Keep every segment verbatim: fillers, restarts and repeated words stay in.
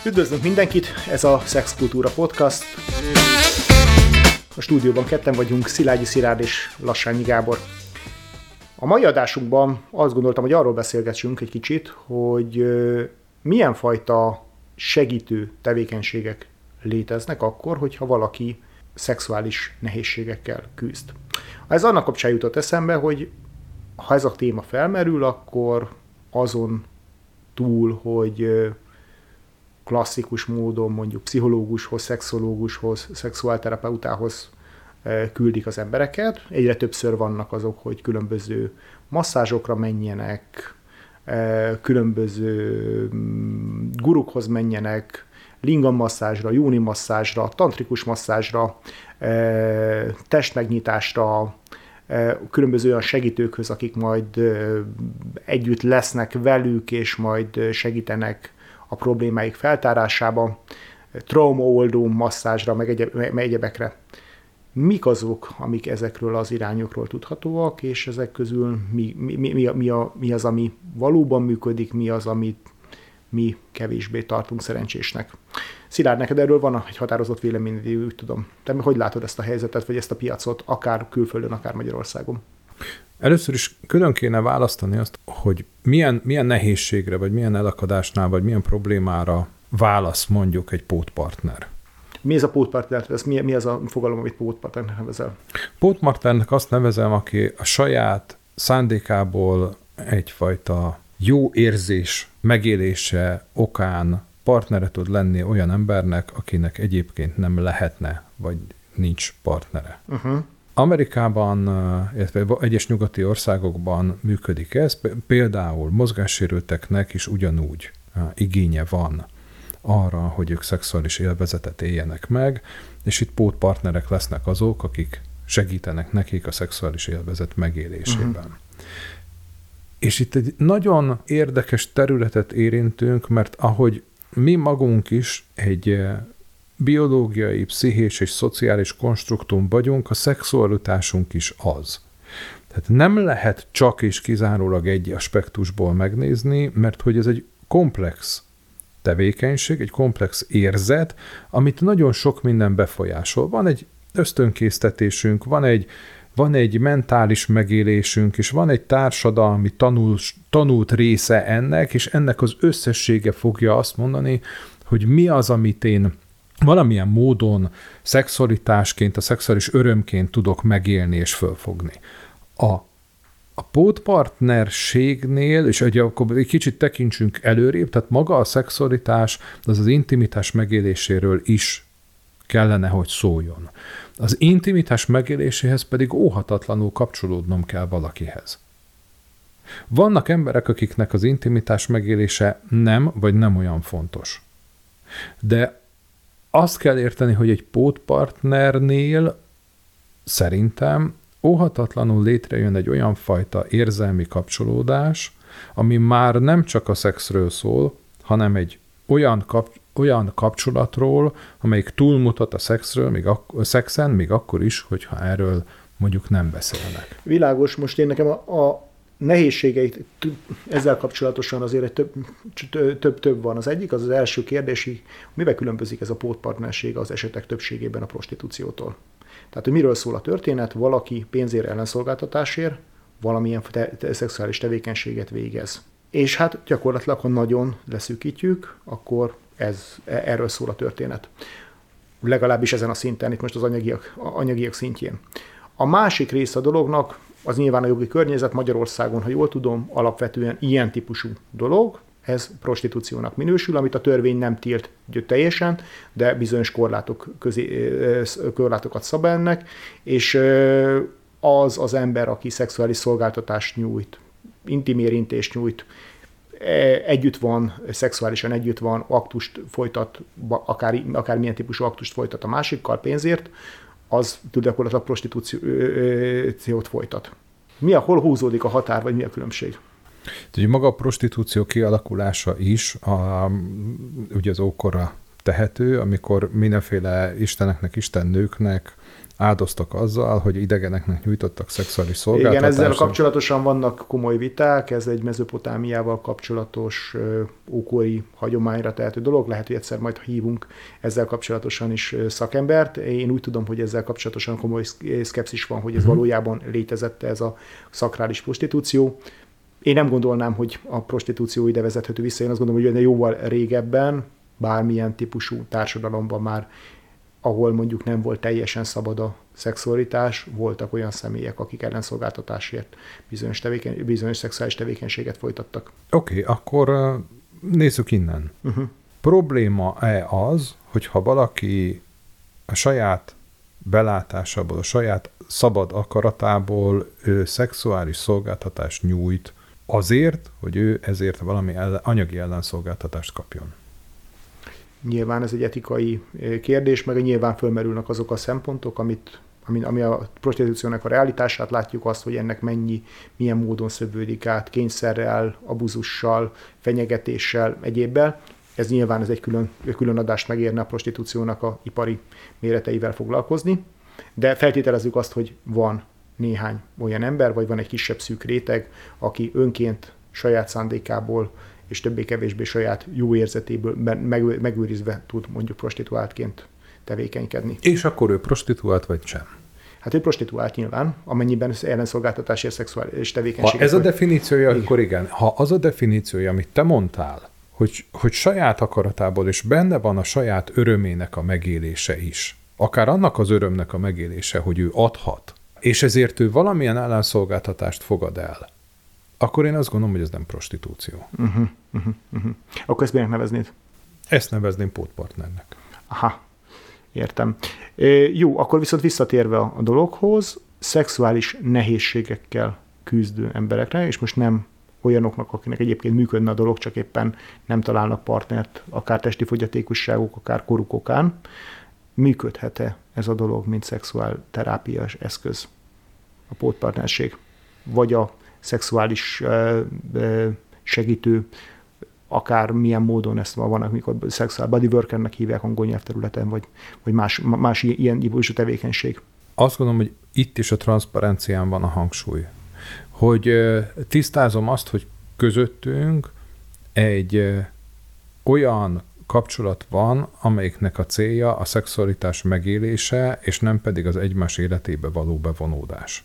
Üdvözlünk mindenkit, ez a Szexkultúra Podcast. A stúdióban ketten vagyunk, Szilágyi Szilárd és Lassányi Gábor. A mai adásunkban azt gondoltam, hogy arról beszélgessünk egy kicsit, hogy milyen fajta segítő tevékenységek léteznek akkor, hogyha valaki szexuális nehézségekkel küzd. Ez annak kapcsán jutott eszembe, hogy ha ez a téma felmerül, akkor azon túl, hogy klasszikus módon mondjuk pszichológushoz, szexológushoz, szexuálterapeutához küldik az embereket. Egyre többször vannak azok, hogy különböző masszázsokra menjenek, különböző gurukhoz menjenek, lingam masszázsra, jóni masszázsra, tantrikus masszázsra, testmegnyitásra, különböző olyan segítőkhöz, akik majd együtt lesznek velük, és majd segítenek a problémáik feltárásába, traumaoldó masszázsra, meg, egyeb, meg egyebekre. Mik azok, amik ezekről az irányokról tudhatóak, és ezek közül mi, mi, mi, mi, a, mi az, ami valóban működik, mi az, amit mi kevésbé tartunk szerencsésnek. Szilárd, neked erről van egy határozott véleményed, úgy tudom. Te hogy látod ezt a helyzetet, vagy ezt a piacot, akár külföldön, akár Magyarországon? Először is külön kéne választani azt, hogy milyen, milyen nehézségre, vagy milyen elakadásnál, vagy milyen problémára válasz mondjuk egy pótpartner. Mi ez a pótpartner? Ez mi, mi az a fogalom, amit pótpartnernek nevezel? Pótpartnernek azt nevezem, aki a saját szándékából egyfajta jó érzés megélése okán partnere tud lenni olyan embernek, akinek egyébként nem lehetne, vagy nincs partnere. Uh-huh. Amerikában, illetve egyes nyugati országokban működik ez, például mozgássérülteknek is ugyanúgy igénye van arra, hogy ők szexuális élvezetet éljenek meg, és itt pótpartnerek lesznek azok, akik segítenek nekik a szexuális élvezet megélésében. Uh-huh. És itt egy nagyon érdekes területet érintünk, mert ahogy mi magunk is egy biológiai, pszichés és szociális konstruktum vagyunk, a szexualitásunk is az. Tehát nem lehet csak és kizárólag egy aspektusból megnézni, mert hogy ez egy komplex tevékenység, egy komplex érzet, amit nagyon sok minden befolyásol. Van egy ösztönkésztetésünk, van egy, van egy mentális megélésünk, és van egy társadalmi tanul, tanult része ennek, és ennek az összessége fogja azt mondani, hogy mi az, amit én valamilyen módon szexualitásként, a szexuális örömként tudok megélni és fölfogni. A, a pótpartnerségnél, és ugye akkor egy kicsit tekintsünk előrébb, tehát maga a szexualitás, az az intimitás megéléséről is kellene, hogy szóljon. Az intimitás megéléséhez pedig óhatatlanul kapcsolódnom kell valakihez. Vannak emberek, akiknek az intimitás megélése nem, vagy nem olyan fontos. De azt kell érteni, hogy egy pótpartnernél szerintem óhatatlanul létrejön egy olyan fajta érzelmi kapcsolódás, ami már nem csak a szexről szól, hanem egy olyan, kap, olyan kapcsolatról, amelyik túlmutat a szexről, még ak- a szexen, még akkor is, hogyha erről mondjuk nem beszélnek. Világos, most én nekem a, a nehézségeit ezzel kapcsolatosan azért egy több, több, több van. Az egyik, az az első kérdési, miben különbözik ez a pótpartnerség az esetek többségében a prostitúciótól. Tehát, hogy miről szól a történet, valaki pénzért ellenszolgáltatásért valamilyen te- te- szexuális tevékenységet végez. És hát gyakorlatilag, ha nagyon leszűkítjük, akkor ez, erről szól a történet. Legalábbis ezen a szinten, itt most az anyagiak, anyagiak szintjén. A másik része a dolognak, az nyilván a jogi környezet Magyarországon, ha jól tudom, alapvetően ilyen típusú dolog, ez prostitúciónak minősül, amit a törvény nem tilt teljesen, de bizonyos korlátok közé, korlátokat szab ennek, és az az ember, aki szexuális szolgáltatást nyújt, intim érintést nyújt, együtt van, szexuálisan együtt van, aktust folytat, akár, akár milyen típusú aktust folytat a másikkal pénzért, az gyakorlatilag prostitúciót folytat. Mi a, hol húzódik a határ, vagy mi a különbség? Ugye maga a prostitúció kialakulása is a, ugye az ókorra tehető, amikor mindenféle isteneknek, istennőknek áldoztak azzal, hogy idegeneknek nyújtottak szexuális szolgáltatást. Igen, ezzel kapcsolatosan vannak komoly viták, ez egy Mezopotámiával kapcsolatos ókori hagyományra tehető dolog, lehet, hogy egyszer majd hívunk ezzel kapcsolatosan is szakembert. Én úgy tudom, hogy ezzel kapcsolatosan komoly szkepszis van, hogy ez uh-huh. valójában létezett ez a szakrális prostitúció. Én nem gondolnám, hogy a prostitúció ide vezethető vissza, én azt gondolom, hogy jóval régebben, bármilyen típusú társadalomban már, ahol mondjuk nem volt teljesen szabad a szexualitás, voltak olyan személyek, akik ellenszolgáltatásért bizonyos, tevéken, bizonyos szexuális tevékenységet folytattak. Oké, okay, akkor nézzük innen. Uh-huh. Probléma-e az, hogyha valaki a saját belátásából, a saját szabad akaratából ő szexuális szolgáltatást nyújt azért, hogy ő ezért valami ellen, anyagi ellenszolgáltatást kapjon? Nyilván ez egy etikai kérdés, meg nyilván fölmerülnek azok a szempontok, amit, ami, ami a prostitúciónak a realitását látjuk, azt, hogy ennek mennyi, milyen módon szövődik át, kényszerrel, abuzussal, fenyegetéssel, egyébbel. Ez nyilván ez egy külön, külön adást megérne a prostitúciónak a ipari méreteivel foglalkozni, de feltételezzük azt, hogy van néhány olyan ember, vagy van egy kisebb szűk réteg, aki önként, saját szándékából és többé-kevésbé saját jó érzetéből megőrizve tud mondjuk prostituáltként tevékenykedni. És akkor ő prostituált vagy sem? Hát ő prostituált nyilván, amennyiben ellenszolgáltatásért szexuális tevékenységet. Ha ez a definíciója, igen. Akkor igen. Ha az a definíciója, amit te mondtál, hogy, hogy saját akaratából és benne van a saját örömének a megélése is, akár annak az örömnek a megélése, hogy ő adhat, és ezért ő valamilyen ellenszolgáltatást fogad el, akkor én azt gondolom, hogy ez nem prostitúció. Uh-huh, uh-huh, uh-huh. Akkor ezt miért neveznéd? Ezt nevezném pótpartnernek. Aha, értem. E, jó, akkor viszont visszatérve a dologhoz, szexuális nehézségekkel küzdő emberekre, és most nem olyanoknak, akinek egyébként működne a dolog, csak éppen nem találnak partnert, akár testi fogyatékosságok, akár koruk okán, működhet-e ez a dolog, mint szexuálterápiás eszköz? A pótpartnerség, vagy a szexuális segítő, akár milyen módon ezt van, amikor szexuál bodyworkernek hívják angol nyelvterületen, vagy, vagy más, más ilyen típusú tevékenység. Azt gondolom, hogy itt is a transzparencián van a hangsúly. Hogy tisztázom azt, hogy közöttünk egy olyan kapcsolat van, amelyiknek a célja a szexualitás megélése, és nem pedig az egymás életébe való bevonódás.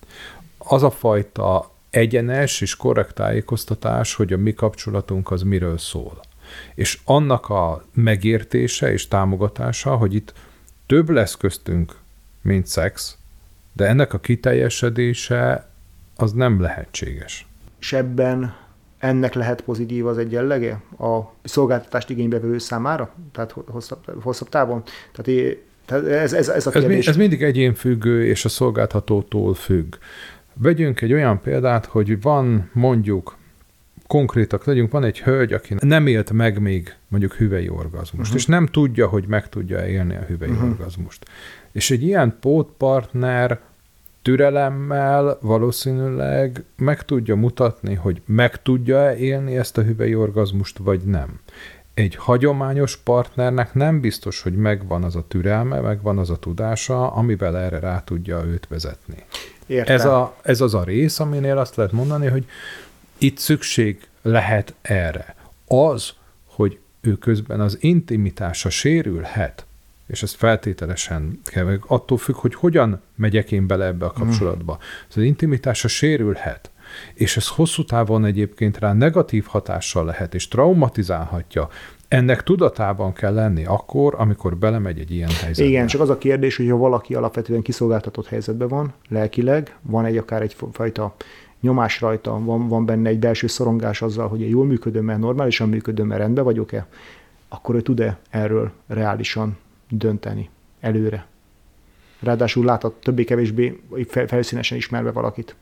Az a fajta egyenes és korrekt tájékoztatás, hogy a mi kapcsolatunk az miről szól. És annak a megértése és támogatása, hogy itt több lesz köztünk, mint szex, de ennek a kiteljesedése az nem lehetséges. És ebben ennek lehet pozitív az egyenlege a szolgáltatást igénybevevő számára? Tehát hosszabb, hosszabb távon? Tehát ez, ez, ez a kérdés. Ez, ez mindig egyénfüggő és a szolgáltatótól függ. Vegyünk egy olyan példát, hogy van mondjuk, konkrétak legyünk, van egy hölgy, aki nem élt meg még mondjuk hüvei orgazmust, uh-huh. és nem tudja, hogy meg tudja élni a hüvei uh-huh. orgazmust. És egy ilyen pótpartner türelemmel valószínűleg meg tudja mutatni, hogy meg tudja élni ezt a hüvei orgazmust, vagy nem. Egy hagyományos partnernek nem biztos, hogy megvan az a türelme, megvan az a tudása, amivel erre rá tudja őt vezetni. Ez, a, ez az a rész, aminél azt lehet mondani, hogy itt szükség lehet erre. Az, hogy ő közben az intimitása sérülhet, és ez feltételesen kell, attól függ, hogy hogyan megyek én bele ebbe a kapcsolatba. Az intimitása sérülhet, és ez hosszú távon egyébként rá negatív hatással lehet, és traumatizálhatja. Ennek tudatában kell lenni akkor, amikor belemegy egy ilyen helyzetbe. Igen, csak az a kérdés, hogy ha valaki alapvetően kiszolgáltatott helyzetben van, lelkileg, van egy akár egyfajta nyomás rajta, van, van benne egy belső szorongás azzal, hogy jól működöm-e, normálisan működöm-e, rendben vagyok-e, akkor ő tud-e erről reálisan dönteni előre. Ráadásul láthat többé-kevésbé felszínesen ismerve valakit.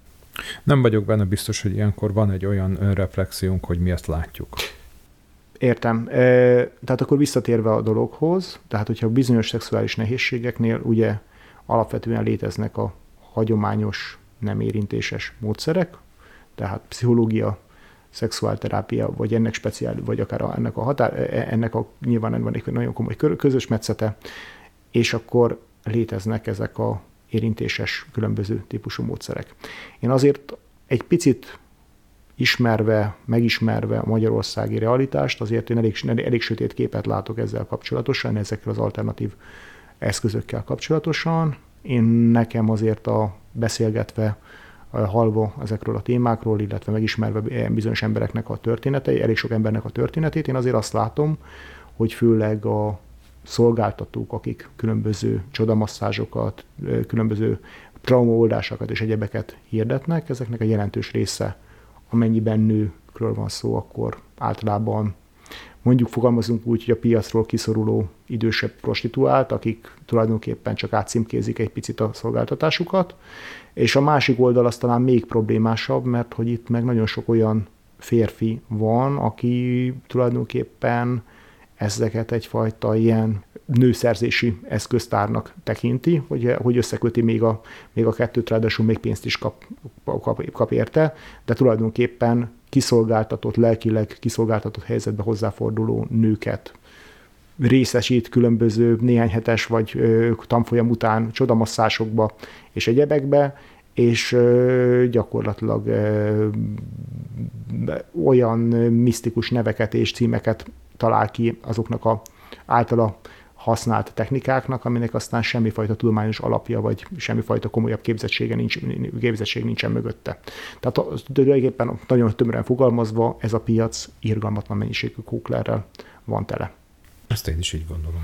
Nem vagyok benne biztos, hogy ilyenkor van egy olyan önreflexiónk, hogy mi ezt látjuk. Értem. E, tehát akkor visszatérve a dologhoz, tehát hogyha bizonyos szexuális nehézségeknél ugye alapvetően léteznek a hagyományos nem érintéses módszerek, tehát pszichológia, szexuálterápia, vagy ennek speciális, vagy akár ennek a határ, ennek a nyilván van egy nagyon komoly közös metszete, és akkor léteznek ezek a érintéses különböző típusú módszerek. Én azért egy picit ismerve, megismerve a magyarországi realitást, azért én elég, elég sötét képet látok ezzel kapcsolatosan, ezekkel az alternatív eszközökkel kapcsolatosan. Én nekem azért a beszélgetve, hallva ezekről a témákról, illetve megismerve bizonyos embereknek a történetei, elég sok embernek a történetét, én azért azt látom, hogy főleg a szolgáltatók, akik különböző csodamasszázsokat, különböző traumaoldásokat és egyebeket hirdetnek, ezeknek a jelentős része, amennyiben nőkről van szó, akkor általában mondjuk fogalmazunk úgy, hogy a piacról kiszoruló idősebb prostituált, akik tulajdonképpen csak átcímkézik egy picit a szolgáltatásukat, és a másik oldal az talán még problémásabb, mert hogy itt meg nagyon sok olyan férfi van, aki tulajdonképpen ezeket egyfajta ilyen nőszerzési eszköztárnak tekinti, hogy, hogy összeköti még a, még a kettőt, ráadásul még pénzt is kap, kap, kap érte, de tulajdonképpen kiszolgáltatott, lelkileg kiszolgáltatott helyzetbe hozzáforduló nőket részesít különböző néhány hetes vagy ö, tanfolyam után csodamasszásokba és egyebekbe, és ö, gyakorlatilag ö, olyan misztikus neveket és címeket talál ki azoknak a általa használt technikáknak, aminek aztán semmifajta tudományos alapja, vagy semmifajta komolyabb képzettsége nincs, képzettség nincsen mögötte. Tehát tulajdonképpen nagyon tömören fogalmazva, ez a piac irgalmatlan mennyiségű kóklerrel van tele. Ezt én is így gondolom.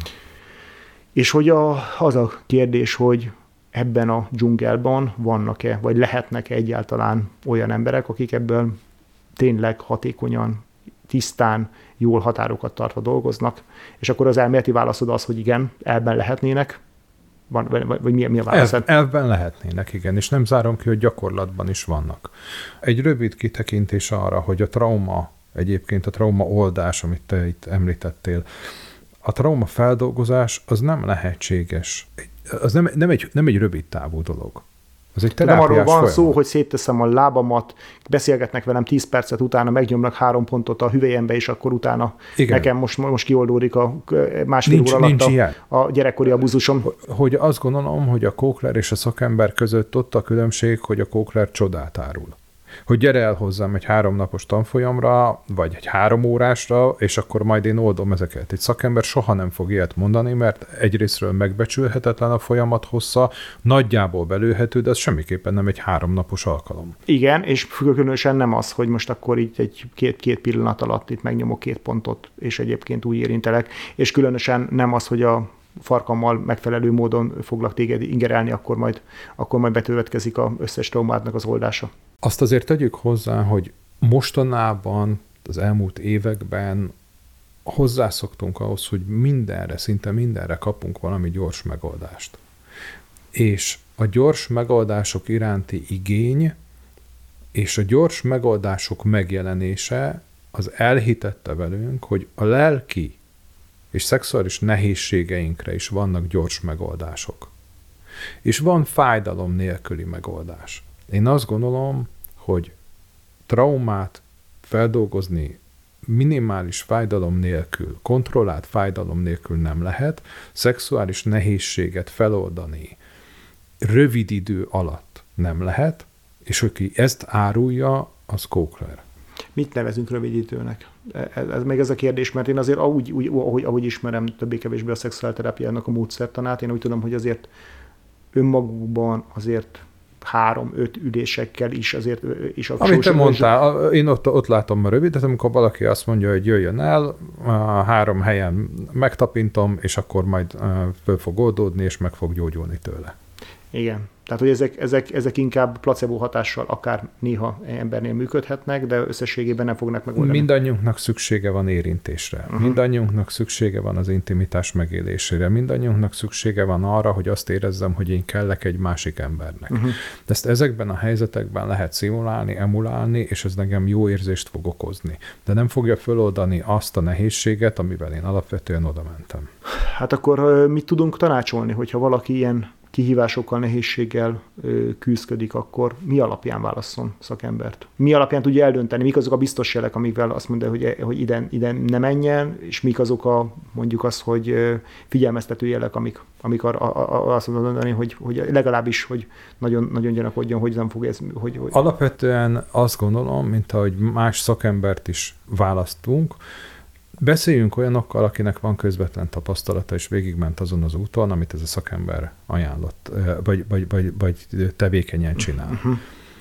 És hogy a, az a kérdés, hogy ebben a dzsungelban vannak-e, vagy lehetnek-e egyáltalán olyan emberek, akik ebből tényleg hatékonyan, tisztán, jól határokat tartva dolgoznak, és akkor az elméleti válaszod az, hogy igen, elben lehetnének, van, vagy mi, mi a válasz? El, elben lehetnének, igen, és nem zárom ki, hogy gyakorlatban is vannak. Egy rövid kitekintés arra, hogy a trauma, egyébként a trauma oldás, amit te itt említettél, a trauma feldolgozás az nem lehetséges. Az nem, nem, egy, nem egy rövid távú dolog. Az egy nem arról van folyamat. szó, hogy szétteszem a lábamat, beszélgetnek velem tíz percet, utána megnyomnak három pontot a hüvelyembe, és akkor utána igen. nekem most, most kioldódik a másfél nincs, óra alatt nincs a, a gyerekkori abuzusom. Hogy azt gondolom, hogy a kókler és a szakember között ott a különbség, hogy a kókler csodát árul. Hogy gyere el hozzám egy háromnapos tanfolyamra, vagy egy három órásra, és akkor majd én oldom ezeket. Egy szakember soha nem fog ilyet mondani, mert egyrészről megbecsülhetetlen a folyamat hossza, nagyjából belőhető, de ez semmiképpen nem egy háromnapos alkalom. Igen, és különösen nem az, hogy most akkor így egy két, két pillanat alatt itt megnyomok két pontot, és egyébként úgy érintelek, és különösen nem az, hogy a farkammal megfelelő módon foglak téged ingerelni, akkor majd, akkor majd betövetkezik az összes traumádnak az oldása. Azt azért tegyük hozzá, hogy mostanában, az elmúlt években hozzászoktunk ahhoz, hogy mindenre, szinte mindenre kapunk valami gyors megoldást. És a gyors megoldások iránti igény és a gyors megoldások megjelenése az elhitette velünk, hogy a lelki és szexuális nehézségeinkre is vannak gyors megoldások. És van fájdalom nélküli megoldás. Én azt gondolom, hogy traumát feldolgozni minimális fájdalom nélkül, kontrollált fájdalom nélkül nem lehet, szexuális nehézséget feloldani rövid idő alatt nem lehet, és aki ezt árulja, az kókler. Mit nevezünk rövid időnek? Ez, ez még ez a kérdés, mert én azért ahogy, úgy, ahogy, ahogy ismerem többé-kevésbé a szexuálterápiának a módszertanát, én úgy tudom, hogy azért önmagukban azért három-öt ülésekkel is azért is a amit te mondtál, én ott, ott látom a rövidet, amikor valaki azt mondja, hogy jöjjön el, három helyen megtapintom, és akkor majd föl fog oldódni, és meg fog gyógyulni tőle. Igen. Tehát, hogy ezek, ezek, ezek inkább placebo hatással akár néha embernél működhetnek, de összességében nem fognak megoldani. Mindannyiunknak szüksége van érintésre. Uh-huh. Mindannyiunknak szüksége van az intimitás megélésére. Mindannyiunknak szüksége van arra, hogy azt érezzem, hogy én kellek egy másik embernek. Uh-huh. De ezt ezekben a helyzetekben lehet szimulálni, emulálni, és ez nekem jó érzést fog okozni. De nem fogja föloldani azt a nehézséget, amivel én alapvetően oda mentem. Hát akkor mit tudunk tanácsolni, hogyha valaki ilyen kihívásokkal, nehézséggel küzdködik, akkor mi alapján válasszon szakembert? Mi alapján tudja eldönteni, mik azok a biztos jelek, amikvel azt mondja, hogy, hogy ide, ide ne menjen, és mik azok a, mondjuk azt, hogy figyelmeztető jelek, amik, amik ar, ar, azt mondom mondani, hogy, hogy legalábbis, hogy nagyon, nagyon gyanakodjon, hogy nem fog ez... Hogy, hogy... Alapvetően azt gondolom, mint ahogy más szakembert is választunk, beszéljünk olyanokkal, akinek van közvetlen tapasztalata, és végigment azon az úton, amit ez a szakember ajánlott, vagy, vagy, vagy, vagy tevékenyen csinál. Uh-huh.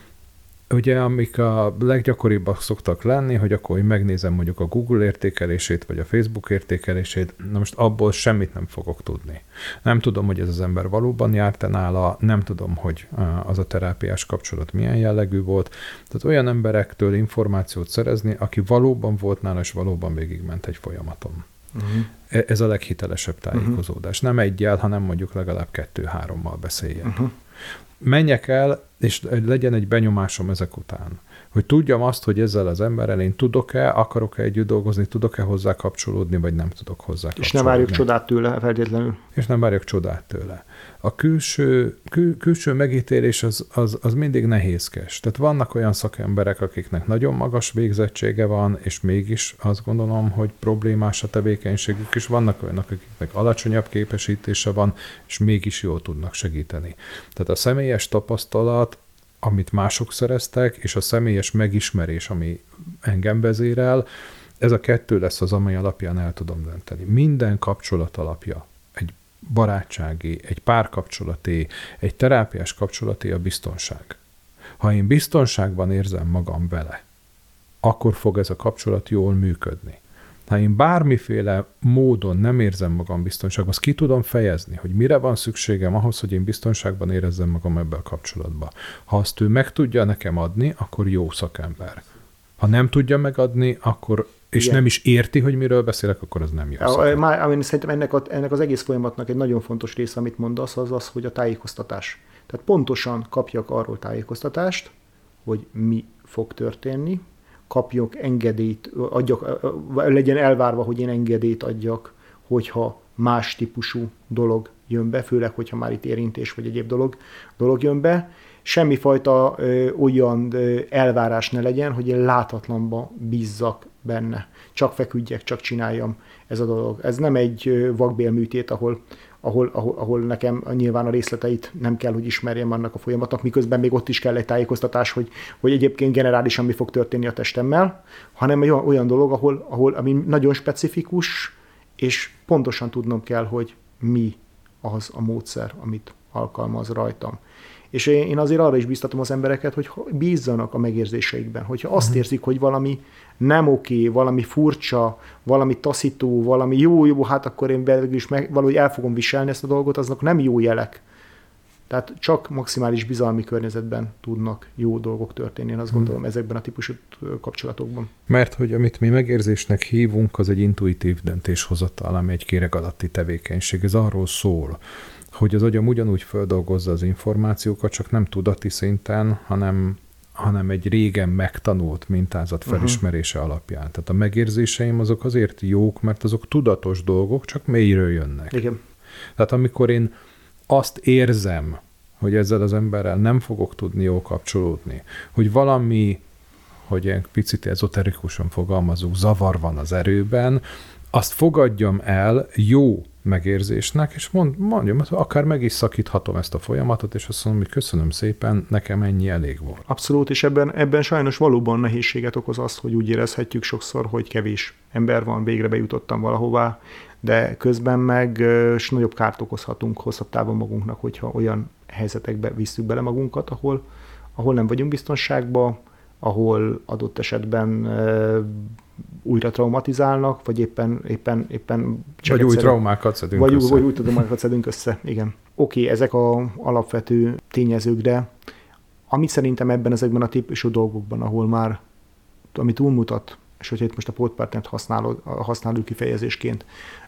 Ugye, amik a leggyakoribbak szoktak lenni, hogy akkor én megnézem mondjuk a Google értékelését, vagy a Facebook értékelését, na most abból semmit nem fogok tudni. Nem tudom, hogy ez az ember valóban járt-e nála, nem tudom, hogy az a terápiás kapcsolat milyen jellegű volt. Tehát olyan emberektől információt szerezni, aki valóban volt nála, és valóban végigment egy folyamaton. Uh-huh. Ez a leghitelesebb tájékozódás. Uh-huh. Nem egyel, hanem mondjuk legalább kettő-hárommal beszéljek. Uh-huh. Menjek el, és legyen egy benyomásom ezek után. Hogy tudjam azt, hogy ezzel az emberrel én tudok-e, akarok-e együtt dolgozni, tudok-e hozzá kapcsolódni, vagy nem tudok hozzá kapcsolódni. És nem várjuk csodát tőle feltétlenül. És nem várjuk csodát tőle. A külső, kül, külső megítélés az, az, az mindig nehézkes. Tehát vannak olyan szakemberek, akiknek nagyon magas végzettsége van, és mégis azt gondolom, hogy problémás a tevékenységük, és vannak olyanok, akiknek alacsonyabb képesítése van, és mégis jól tudnak segíteni. Tehát a személyes tapasztalat, amit mások szereztek, és a személyes megismerés, ami engem vezérel, ez a kettő lesz az, amely alapján el tudom dönteni. Minden kapcsolat alapja, egy barátsági, egy párkapcsolati, egy terápiás kapcsolati a biztonság. Ha én biztonságban érzem magam vele, akkor fog ez a kapcsolat jól működni. Ha én bármiféle módon nem érzem magam biztonságban, azt ki tudom fejezni, hogy mire van szükségem ahhoz, hogy én biztonságban érezzem magam ebben a kapcsolatban. Ha azt ő meg tudja nekem adni, akkor jó szakember. Ha nem tudja megadni, akkor, és igen, nem is érti, hogy miről beszélek, akkor az nem jó szakember. Már, én szerintem ennek, a, ennek az egész folyamatnak egy nagyon fontos része, amit mondasz, az az, hogy a tájékoztatás. Tehát pontosan kapjak arról tájékoztatást, hogy mi fog történni, kapjak engedélyt, adjak, legyen elvárva, hogy én engedélyt adjak, hogyha más típusú dolog jön be, főleg, hogyha már itt érintés vagy egyéb dolog, dolog jön be. Semmifajta ö, olyan ö, elvárás ne legyen, hogy én láthatlanba bízzak benne. Csak feküdjek, csak csináljam ez a dolog. Ez nem egy ö, vakbélműtét, ahol, ahol, ahol, ahol nekem nyilván a részleteit nem kell, hogy ismerjem annak a folyamatnak, miközben még ott is kell egy tájékoztatás, hogy, hogy egyébként generálisan mi fog történni a testemmel, hanem egy olyan, olyan dolog, ahol, ahol ami nagyon specifikus, és pontosan tudnom kell, hogy mi az a módszer, amit alkalmaz rajtam. És én azért arra is biztatom az embereket, hogy bízzanak a megérzéseikben. Hogyha azt érzik, hogy valami nem oké, valami furcsa, valami taszító, valami jó, jó, hát akkor én belül is meg, valahogy el fogom viselni ezt a dolgot, aznak nem jó jelek. Tehát csak maximális bizalmi környezetben tudnak jó dolgok történni, én azt gondolom, hmm. ezekben a típusú kapcsolatokban. Mert hogy amit mi megérzésnek hívunk, az egy intuitív döntéshozatal, ami egy kéreg alatti tevékenység. Ez arról szól, hogy az agyam ugyanúgy földolgozza az információkat, csak nem tudati szinten, hanem, hanem egy régen megtanult mintázat felismerése uh-huh. alapján. Tehát a megérzéseim azok azért jók, mert azok tudatos dolgok, csak mélyről jönnek. Igen. Tehát amikor én azt érzem, hogy ezzel az emberrel nem fogok tudni jól kapcsolódni, hogy valami, hogy ilyen picit ezoterikusan fogalmazunk, zavar van az erőben, azt fogadjam el jó megérzésnek, és mond, mondjam, akár meg is szakíthatom ezt a folyamatot, és azt mondom, hogy köszönöm szépen, nekem ennyi elég volt. Abszolút, és ebben, ebben sajnos valóban nehézséget okoz azt, hogy úgy érezhetjük sokszor, hogy kevés ember van, végre bejutottam valahová, de közben meg és nagyobb kárt okozhatunk hosszabb távon magunknak, hogyha olyan helyzetekbe visszük bele magunkat, ahol, ahol nem vagyunk biztonságban, ahol adott esetben e, újra traumatizálnak, vagy éppen, éppen, éppen vagy új traumákat szedünk vagy, össze. Vagy új traumákat szedünk össze, igen. Oké, okay, ezek az alapvető tényezők, de amit szerintem ebben ezekben a típusú dolgokban, ahol már, ami túlmutat, és hogyha itt most a pótpartnert használod, használjuk kifejezésként,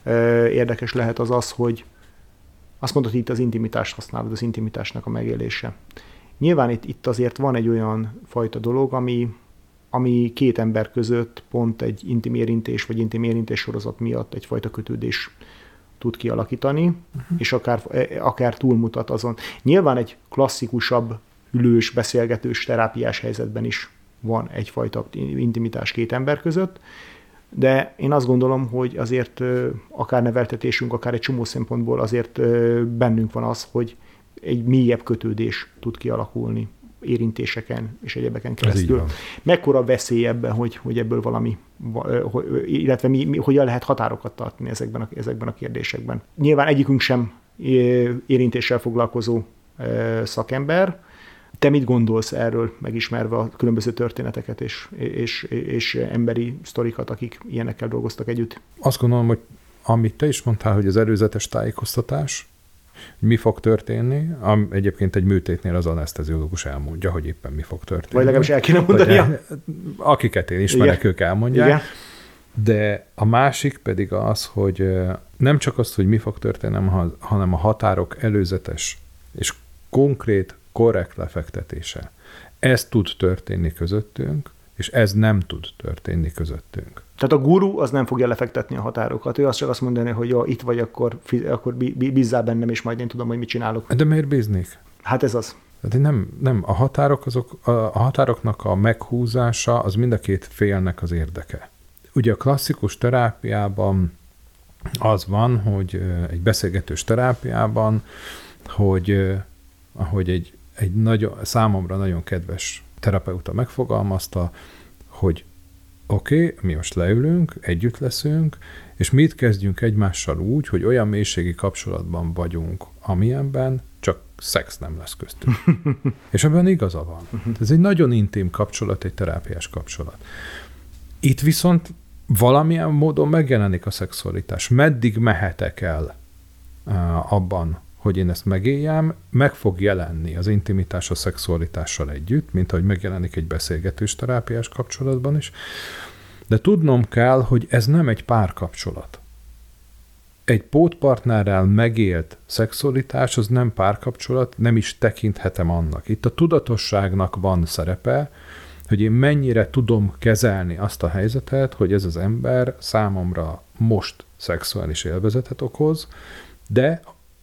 érdekes lehet az az, hogy azt mondod, hogy itt az intimitást használod, az intimitásnak a megélése. Nyilván itt, itt azért van egy olyan fajta dolog, ami, ami két ember között pont egy intim érintés, vagy intim érintés sorozat miatt egyfajta kötődés tud kialakítani, uh-huh. és akár, akár túlmutat azon. Nyilván egy klasszikusabb, ülős, beszélgetős, terápiás helyzetben is van egyfajta intimitás két ember között, de én azt gondolom, hogy azért akár neveltetésünk, akár egy csomó szempontból azért bennünk van az, hogy egy mélyebb kötődés tud kialakulni érintéseken és egyebeken keresztül. Mekkora veszély ebben, hogy, hogy ebből valami, illetve mi, mi, hogyan lehet határokat tartani ezekben a, ezekben a kérdésekben. Nyilván egyikünk sem érintéssel foglalkozó szakember. Te mit gondolsz erről, megismerve a különböző történeteket és, és, és emberi sztorikat, akik ilyenekkel dolgoztak együtt? Azt gondolom, hogy amit te is mondtál, hogy az előzetes tájékoztatás, mi fog történni, am, egyébként egy műtétnél az aneszteziológus elmondja, hogy éppen mi fog történni. Vagy legalábbis el kéne mondania. Akiket én ismerek, igen, ők elmondják. Igen. De a másik pedig az, hogy nem csak az, hogy mi fog történni, hanem a határok előzetes és konkrét, korrekt lefektetése. Ez tud történni közöttünk, és ez nem tud történni közöttünk. Tehát a guru az nem fogja lefektetni a határokat. Ő azt csak azt mondani, hogy jó, itt vagy, akkor, akkor bízzál bennem, és majd én tudom, hogy mit csinálok. De miért bíznék? Hát ez az. De nem, nem, a határok azok, a, a határoknak a meghúzása az mind a két félnek az érdeke. Ugye a klasszikus terápiában az van, hogy egy beszélgetős terápiában, hogy ahogy egy, egy nagyon, számomra nagyon kedves terapeuta megfogalmazta, hogy oké, okay, mi most leülünk, együtt leszünk, és mit kezdjünk egymással úgy, hogy olyan mélységi kapcsolatban vagyunk, amilyenben csak szex nem lesz köztünk. És ebben igaza van. Ez egy nagyon intim kapcsolat, egy terápiás kapcsolat. Itt viszont valamilyen módon megjelenik a szexualitás. Meddig mehetek el uh, abban, hogy én ezt megéljem, meg fog jelenni az intimitás a szexualitással együtt, mint ahogy megjelenik egy beszélgetős terápiás kapcsolatban is. De tudnom kell, hogy ez nem egy párkapcsolat. Egy pótpartnerrel megélt szexualitás az nem párkapcsolat, nem is tekinthetem annak. Itt a tudatosságnak van szerepe, hogy én mennyire tudom kezelni azt a helyzetet, hogy ez az ember számomra most szexuális élvezetet okoz, de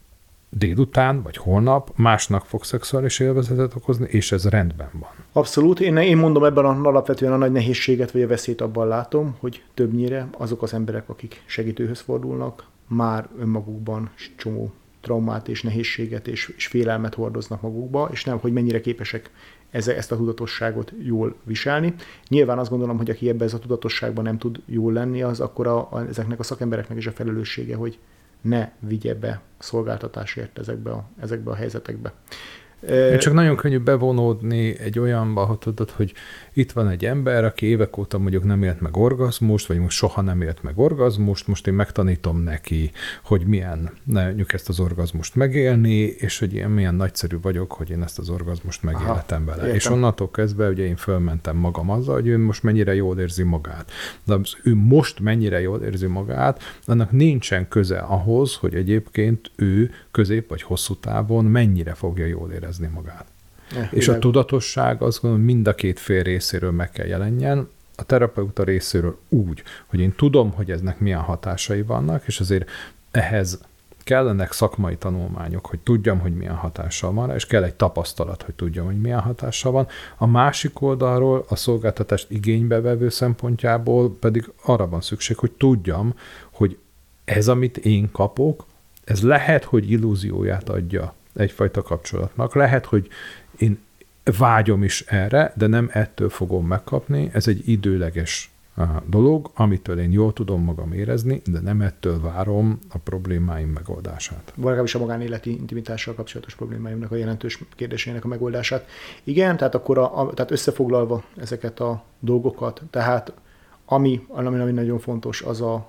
délután vagy holnap másnak fog szexuális élvezetet okozni, és ez rendben van. Abszolút. Én, én mondom ebben a, alapvetően a nagy nehézséget vagy a veszélyt abban látom, hogy többnyire azok az emberek, akik segítőhöz fordulnak, már önmagukban csomó traumát és nehézséget és, és félelmet hordoznak magukba, és nem, hogy mennyire képesek ezt a tudatosságot jól viselni. Nyilván azt gondolom, hogy aki ebben ez a tudatosságban nem tud jól lenni, az akkor a, a, ezeknek a szakembereknek is a felelőssége, hogy ne vigye be a szolgáltatásért ezekbe a, ezekbe a helyzetekbe. Én csak nagyon könnyű bevonódni egy olyanba, hogy tudod, hogy itt van egy ember, aki évek óta mondjuk nem élt meg orgazmust, vagy most soha nem élt meg orgazmust, most én megtanítom neki, hogy milyen mondjuk ezt az orgazmust megélni, és hogy én milyen nagyszerű vagyok, hogy én ezt az orgazmust megéletem vele. Értem. És onnantól kezdve ugye én fölmentem magam azzal, hogy ő most mennyire jól érzi magát. De az ő most mennyire jól érzi magát, annak nincsen köze ahhoz, hogy egyébként ő közép vagy hosszú távon mennyire fogja jól érezni magát. Eh, és a tudatosság azt gondolom, mind a két fél részéről meg kell jelenjen, a terapeuta részéről úgy, hogy én tudom, hogy eznek milyen hatásai vannak, és azért ehhez kellenek szakmai tanulmányok, hogy tudjam, hogy milyen hatással van, és kell egy tapasztalat, hogy tudjam, hogy milyen hatással van. A másik oldalról a szolgáltatást igénybevevő szempontjából pedig arra van szükség, hogy tudjam, hogy ez, amit én kapok, ez lehet, hogy illúzióját adja egyfajta kapcsolatnak. Lehet, hogy én vágyom is erre, de nem ettől fogom megkapni. Ez egy időleges dolog, amitől én jól tudom magam érezni, de nem ettől várom a problémáim megoldását. Vagy legalábbis a magánéleti intimitással kapcsolatos problémáimnak a jelentős kérdésének a megoldását. Igen, tehát akkor a, a, tehát összefoglalva ezeket a dolgokat, tehát ami, ami, ami nagyon fontos, az a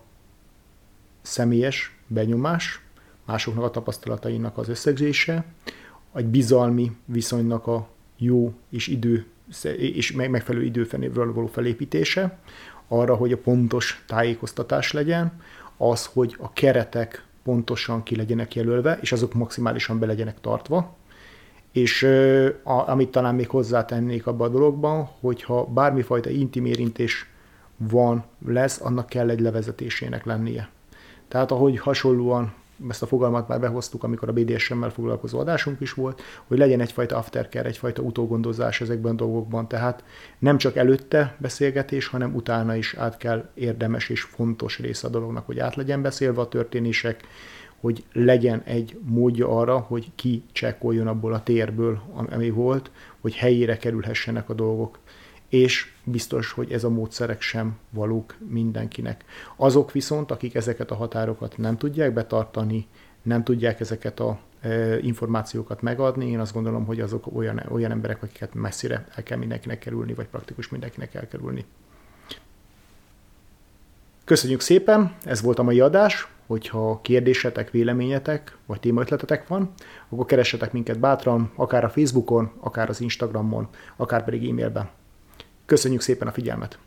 személyes benyomás, másoknak a tapasztalatainak az összegzése, egy bizalmi viszonynak a jó és idő és megfelelő időfenébről való felépítése, arra, hogy a pontos tájékoztatás legyen, az, hogy a keretek pontosan ki legyenek jelölve, és azok maximálisan be legyenek tartva, és a, amit talán még hozzátennék abban a dologban, hogyha bármifajta intim érintés van, lesz, annak kell egy levezetésének lennie. Tehát ahogy hasonlóan ezt a fogalmat már behoztuk, amikor a bé dé es em-mel foglalkozó adásunk is volt, hogy legyen egyfajta aftercare, egyfajta utógondozás ezekben a dolgokban. Tehát nem csak előtte beszélgetés, hanem utána is át kell érdemes és fontos része a dolognak, hogy át legyen beszélve a történések, hogy legyen egy módja arra, hogy ki csekkoljon abból a térből, ami volt, hogy helyére kerülhessenek a dolgok. És biztos, hogy ez a módszerek sem valók mindenkinek. Azok viszont, akik ezeket a határokat nem tudják betartani, nem tudják ezeket a e, információkat megadni, én azt gondolom, hogy azok olyan, olyan emberek, akiket messzire el kell mindenkinek kerülni, vagy praktikus mindenkinek elkerülni. Köszönjük szépen, ez volt a mai adás. Hogyha kérdésetek, véleményetek, vagy témaötletetek van, akkor keressetek minket bátran, akár a Facebookon, akár az Instagramon, akár pedig e-mailben. Köszönjük szépen a figyelmet!